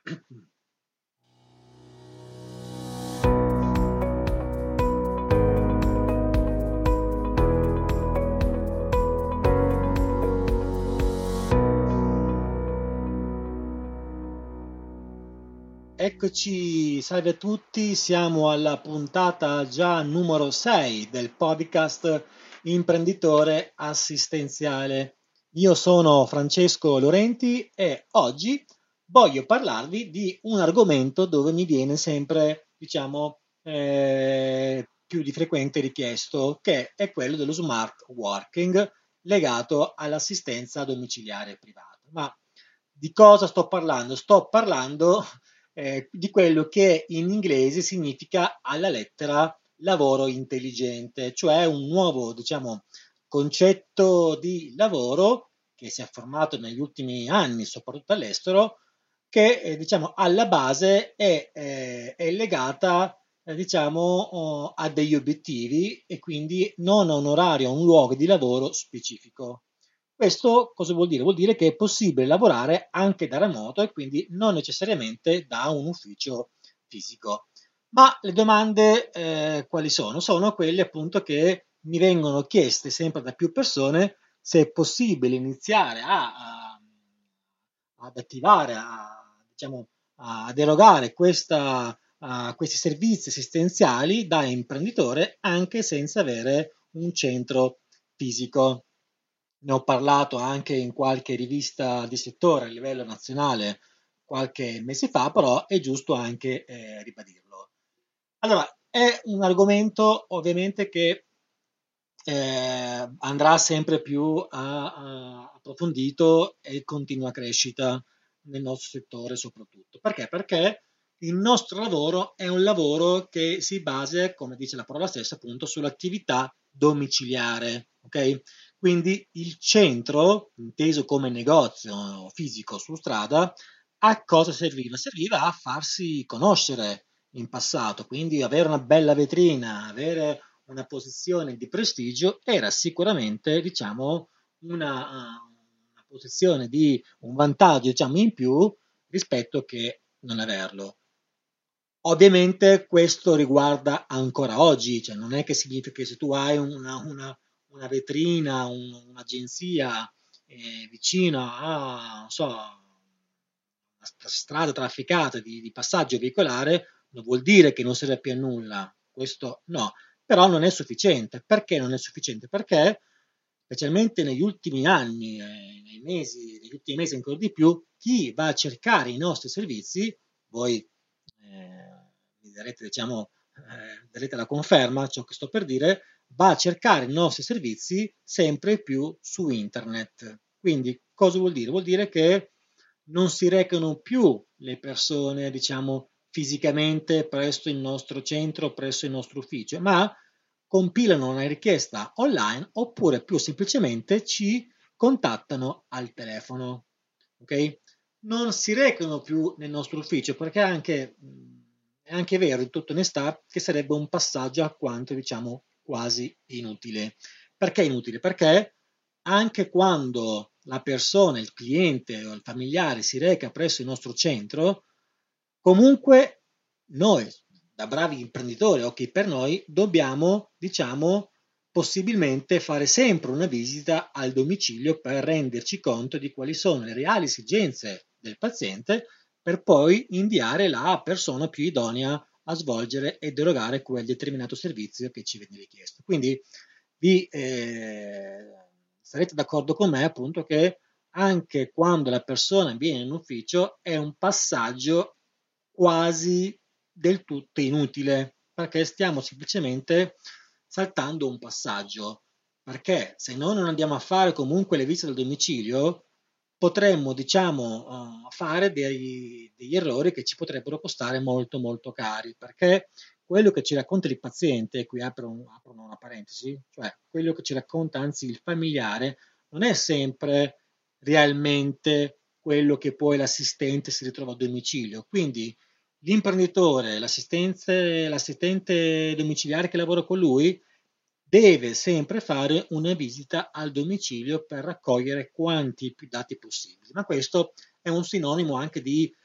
Eccoci, salve a tutti, siamo alla puntata già numero 6 del podcast Imprenditore Assistenziale. Io sono Francesco Lorenti e oggi voglio parlarvi di un argomento dove mi viene sempre, più di frequente richiesto, che è quello dello smart working legato all'assistenza domiciliare privata. Ma di cosa sto parlando? Sto parlando di quello che in inglese significa alla lettera lavoro intelligente, cioè un nuovo, concetto di lavoro che si è formato negli ultimi anni, soprattutto all'estero, che alla base è legata a degli obiettivi e quindi non a un orario, a un luogo di lavoro specifico. Questo cosa vuol dire? Vuol dire che è possibile lavorare anche da remoto e quindi non necessariamente da un ufficio fisico. Ma le domande quali sono? Sono quelle appunto che mi vengono chieste sempre da più persone se è possibile iniziare ad attivare, ad erogare questi servizi assistenziali da imprenditore anche senza avere un centro fisico. Ne ho parlato anche in qualche rivista di settore a livello nazionale qualche mese fa, però è giusto anche ribadirlo. Allora, è un argomento ovviamente che andrà sempre più approfondito e continua crescita nel nostro settore soprattutto. Perché? Perché il nostro lavoro è un lavoro che si basa, come dice la parola stessa, appunto sull'attività domiciliare, ok? Quindi il centro, inteso come negozio fisico su strada, a cosa serviva? Serviva a farsi conoscere in passato, quindi avere una bella vetrina, avere una posizione di prestigio era sicuramente, una posizione di un vantaggio, in più rispetto che non averlo. Ovviamente questo riguarda ancora oggi, cioè non è che significa che se tu hai una vetrina, un'agenzia vicino a, non so, una strada trafficata di passaggio veicolare, non vuol dire che non serve più a nulla, questo no, però non è sufficiente. Perché non è sufficiente? Perché specialmente negli ultimi anni, negli ultimi mesi ancora di più, chi va a cercare i nostri servizi, voi mi darete, darete la conferma a ciò che sto per dire, va a cercare i nostri servizi sempre più su internet. Quindi cosa vuol dire? Vuol dire che non si recano più le persone, fisicamente presso il nostro centro, presso il nostro ufficio, ma compilano una richiesta online oppure più semplicemente ci contattano al telefono. Ok? Non si recano più nel nostro ufficio perché è anche vero, in tutta onestà, che sarebbe un passaggio alquanto, quasi inutile. Perché inutile? Perché anche quando la persona, il cliente o il familiare si reca presso il nostro centro, comunque noi, da bravi imprenditori, ok per noi, dobbiamo, possibilmente fare sempre una visita al domicilio per renderci conto di quali sono le reali esigenze del paziente per poi inviare la persona più idonea a svolgere ed erogare quel determinato servizio che ci viene richiesto. Quindi vi sarete d'accordo con me appunto che anche quando la persona viene in ufficio è un passaggio quasi del tutto inutile perché stiamo semplicemente saltando un passaggio. Perché se noi non andiamo a fare comunque le visite al domicilio, potremmo, fare degli errori che ci potrebbero costare molto, molto cari. Perché quello che ci racconta il paziente, qui apro una parentesi, cioè quello che ci racconta anzi il familiare, non è sempre realmente quello che poi l'assistente si ritrova a domicilio. Quindi l'imprenditore, l'assistente domiciliare che lavora con lui, deve sempre fare una visita al domicilio per raccogliere quanti più dati possibili. Ma questo è un sinonimo anche di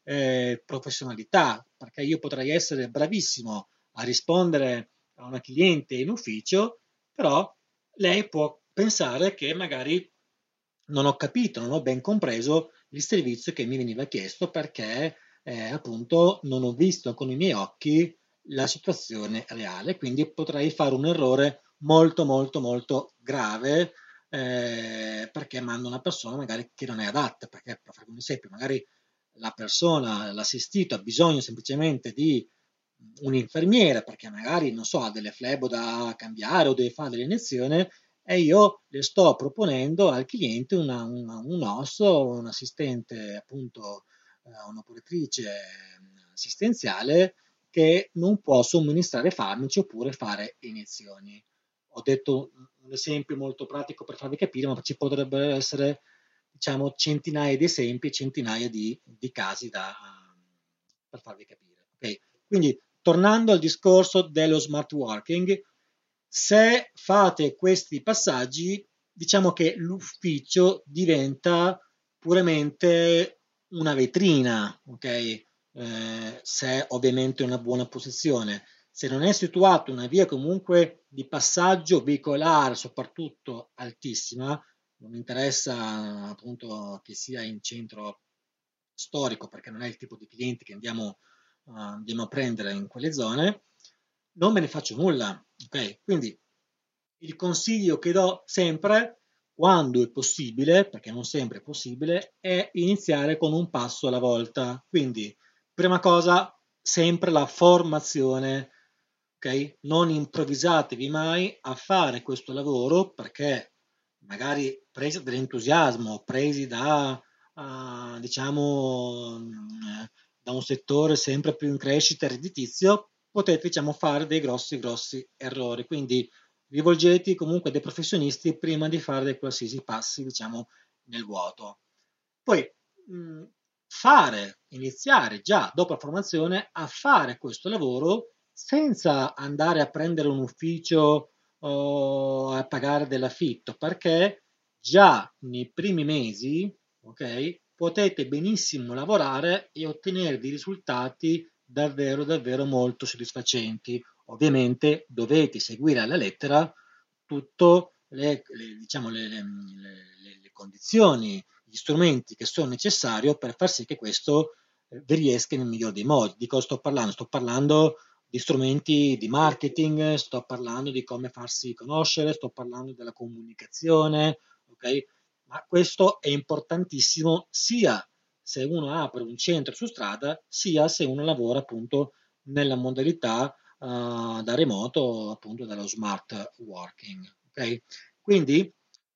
professionalità, perché io potrei essere bravissimo a rispondere a una cliente in ufficio, però lei può pensare che magari non ho capito, non ho ben compreso il servizio che mi veniva chiesto perché appunto non ho visto con i miei occhi la situazione reale, quindi potrei fare un errore molto molto molto grave perché mando una persona magari che non è adatta, perché per fare un esempio, magari la persona, l'assistito ha bisogno semplicemente di un infermiere perché magari, non so, ha delle flebo da cambiare o deve fare delle iniezioni e io le sto proponendo al cliente un osso, un assistente, appunto, un'operatrice assistenziale che non può somministrare farmaci oppure fare iniezioni. Ho detto un esempio molto pratico per farvi capire, ma ci potrebbero essere, diciamo, centinaia di esempi, centinaia di casi per farvi capire. Okay? Quindi, tornando al discorso dello smart working, se fate questi passaggi, diciamo che l'ufficio diventa puramente una vetrina, ok? Se ovviamente è una buona posizione. Se non è situato una via comunque di passaggio veicolare, soprattutto altissima, non mi interessa appunto che sia in centro storico, perché non è il tipo di clienti che andiamo a prendere in quelle zone, non me ne faccio nulla. Ok? Quindi il consiglio che do sempre, quando è possibile, perché non sempre è possibile, è iniziare con un passo alla volta. Quindi, prima cosa, sempre la formazione, ok? Non improvvisatevi mai a fare questo lavoro perché magari presi dall'entusiasmo, presi diciamo, da un settore sempre più in crescita redditizio, potete, diciamo, fare dei grossi, grossi errori. Quindi rivolgetevi comunque a dei professionisti prima di fare dei qualsiasi passi, diciamo, nel vuoto. Poi iniziare già dopo la formazione a fare questo lavoro senza andare a prendere un ufficio o a pagare dell'affitto, perché già nei primi mesi, ok, potete benissimo lavorare e ottenere dei risultati davvero davvero molto soddisfacenti. Ovviamente dovete seguire alla lettera tutte diciamo, le condizioni, gli strumenti che sono necessari per far sì che questo vi riesca nel migliore dei modi. Di cosa sto parlando? Sto parlando di strumenti di marketing, sto parlando di come farsi conoscere, sto parlando della comunicazione, ok? Ma questo è importantissimo sia se uno apre un centro su strada, sia se uno lavora appunto nella modalità da remoto, appunto dallo smart working. Okay? Quindi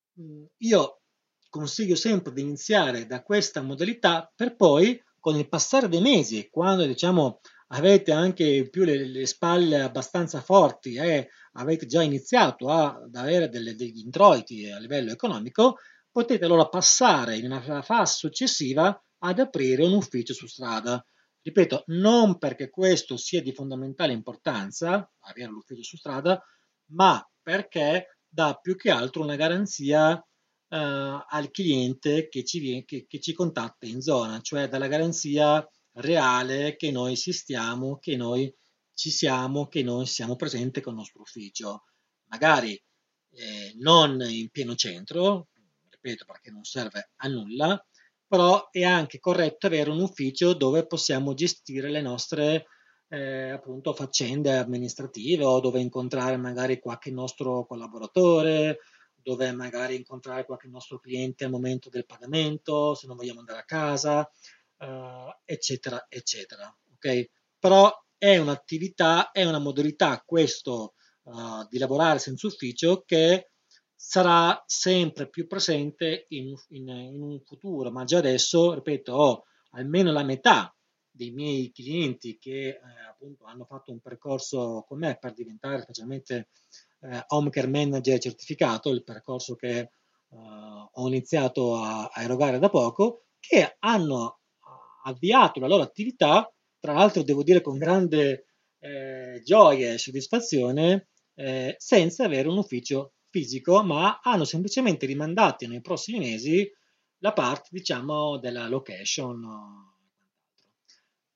io consiglio sempre di iniziare da questa modalità per poi, con il passare dei mesi, quando diciamo avete anche più le spalle abbastanza forti e avete già iniziato ad avere degli introiti a livello economico, potete allora passare in una fase successiva ad aprire un ufficio su strada. Ripeto, non perché questo sia di fondamentale importanza, avere l'ufficio su strada, ma perché dà più che altro una garanzia al cliente che ci contatta in zona, cioè dalla garanzia reale che noi esistiamo, che noi ci siamo, che noi siamo presenti con il nostro ufficio. Magari non in pieno centro, ripeto perché non serve a nulla, però è anche corretto avere un ufficio dove possiamo gestire le nostre appunto faccende amministrative o dove incontrare magari qualche nostro collaboratore, dove magari incontrare qualche nostro cliente al momento del pagamento, se non vogliamo andare a casa, eccetera, eccetera. Ok? Però è un'attività, è una modalità questo di lavorare senza ufficio che sarà sempre più presente in un futuro, ma già adesso, ripeto, ho almeno la metà dei miei clienti che appunto hanno fatto un percorso con me per diventare specialmente home care manager certificato, il percorso che ho iniziato a erogare da poco, che hanno avviato la loro attività, tra l'altro devo dire con grande gioia e soddisfazione, senza avere un ufficio fisico, ma hanno semplicemente rimandato nei prossimi mesi la parte, diciamo, della location.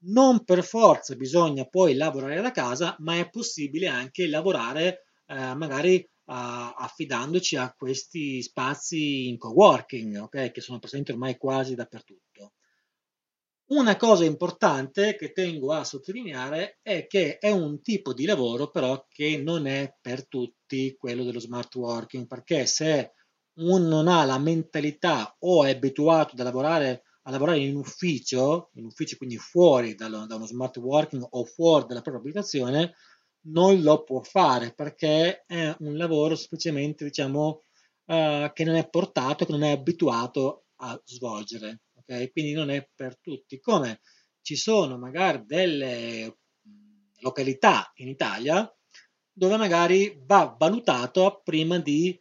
Non per forza bisogna poi lavorare da casa, ma è possibile anche lavorare magari affidandoci a questi spazi in coworking, ok? Che sono presenti ormai quasi dappertutto. Una cosa importante che tengo a sottolineare è che è un tipo di lavoro però che non è per tutti quello dello smart working, perché se uno non ha la mentalità o è abituato a lavorare in ufficio quindi fuori da uno smart working o fuori dalla propria abitazione, non lo può fare perché è un lavoro semplicemente, diciamo, che non è portato, che non è abituato a svolgere. Ok? Quindi non è per tutti. Come ci sono magari delle località in Italia dove magari va valutato prima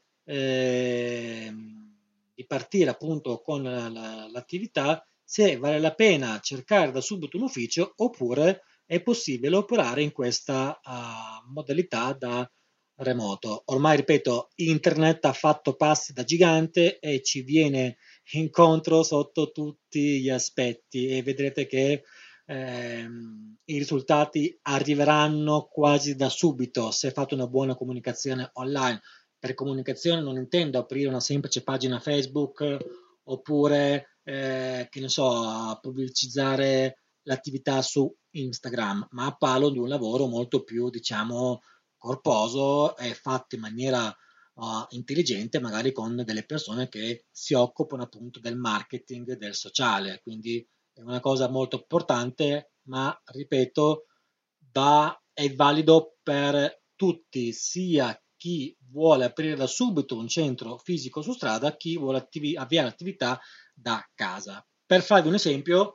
di partire appunto con l'attività se vale la pena cercare da subito un ufficio oppure è possibile operare in questa modalità da remoto. Ormai, ripeto, internet ha fatto passi da gigante e ci viene incontro sotto tutti gli aspetti e vedrete che i risultati arriveranno quasi da subito se fate una buona comunicazione online. Per comunicazione non intendo aprire una semplice pagina Facebook oppure, che ne so, pubblicizzare l'attività su Instagram, ma parlo di un lavoro molto più, diciamo, corposo e fatto in maniera intelligente, magari con delle persone che si occupano appunto del marketing, del sociale. Quindi è una cosa molto importante, ma ripeto, è valido per tutti, sia chi vuole aprire da subito un centro fisico su strada, chi vuole avviare attività da casa. Per farvi un esempio,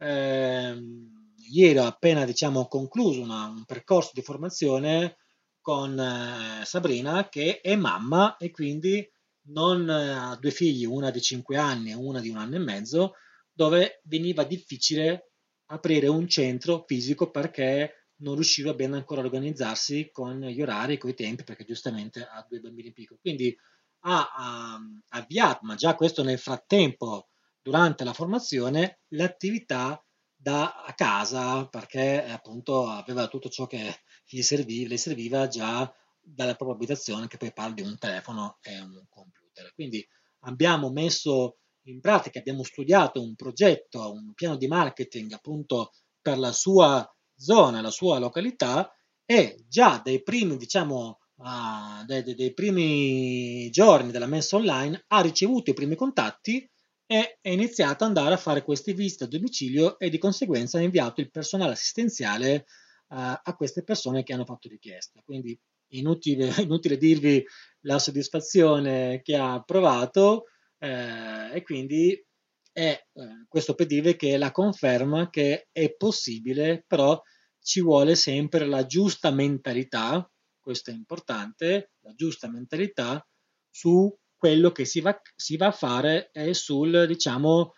ieri ho appena diciamo, concluso un percorso di formazione con Sabrina che è mamma e quindi non ha due figli, una di 5 anni e una di un anno e mezzo, dove veniva difficile aprire un centro fisico perché non riusciva bene ancora a organizzarsi con gli orari, con i tempi, perché giustamente ha due bambini piccoli. Quindi ha avviato, ma già questo nel frattempo, durante la formazione, l'attività da a casa perché appunto aveva tutto ciò che le serviva già dalla propria abitazione, che poi parla di un telefono e un computer. Quindi abbiamo messo in pratica, abbiamo studiato un progetto, un piano di marketing appunto per la sua zona, la sua località e già dai primi, diciamo, dei primi giorni della messa online ha ricevuto i primi contatti e è iniziato ad andare a fare queste visite a domicilio e di conseguenza ha inviato il personale assistenziale a queste persone che hanno fatto richiesta. Quindi inutile dirvi la soddisfazione che ha provato e quindi questo per dirvi che è la conferma che è possibile, però ci vuole sempre la giusta mentalità, questo è importante, la giusta mentalità su quello che si va a fare e sul, diciamo,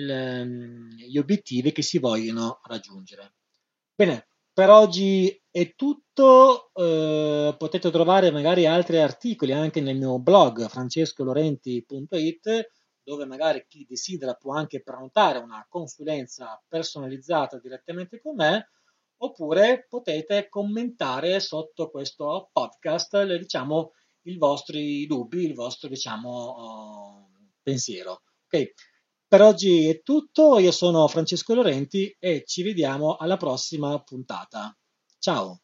gli obiettivi che si vogliono raggiungere. Bene, per oggi è tutto. Potete trovare magari altri articoli anche nel mio blog francescolorenti.it, dove magari chi desidera può anche prenotare una consulenza personalizzata direttamente con me, oppure potete commentare sotto questo podcast, diciamo, i vostri dubbi, il vostro, diciamo, pensiero. Ok? Per oggi è tutto, io sono Francesco Lorenti e ci vediamo alla prossima puntata. Ciao!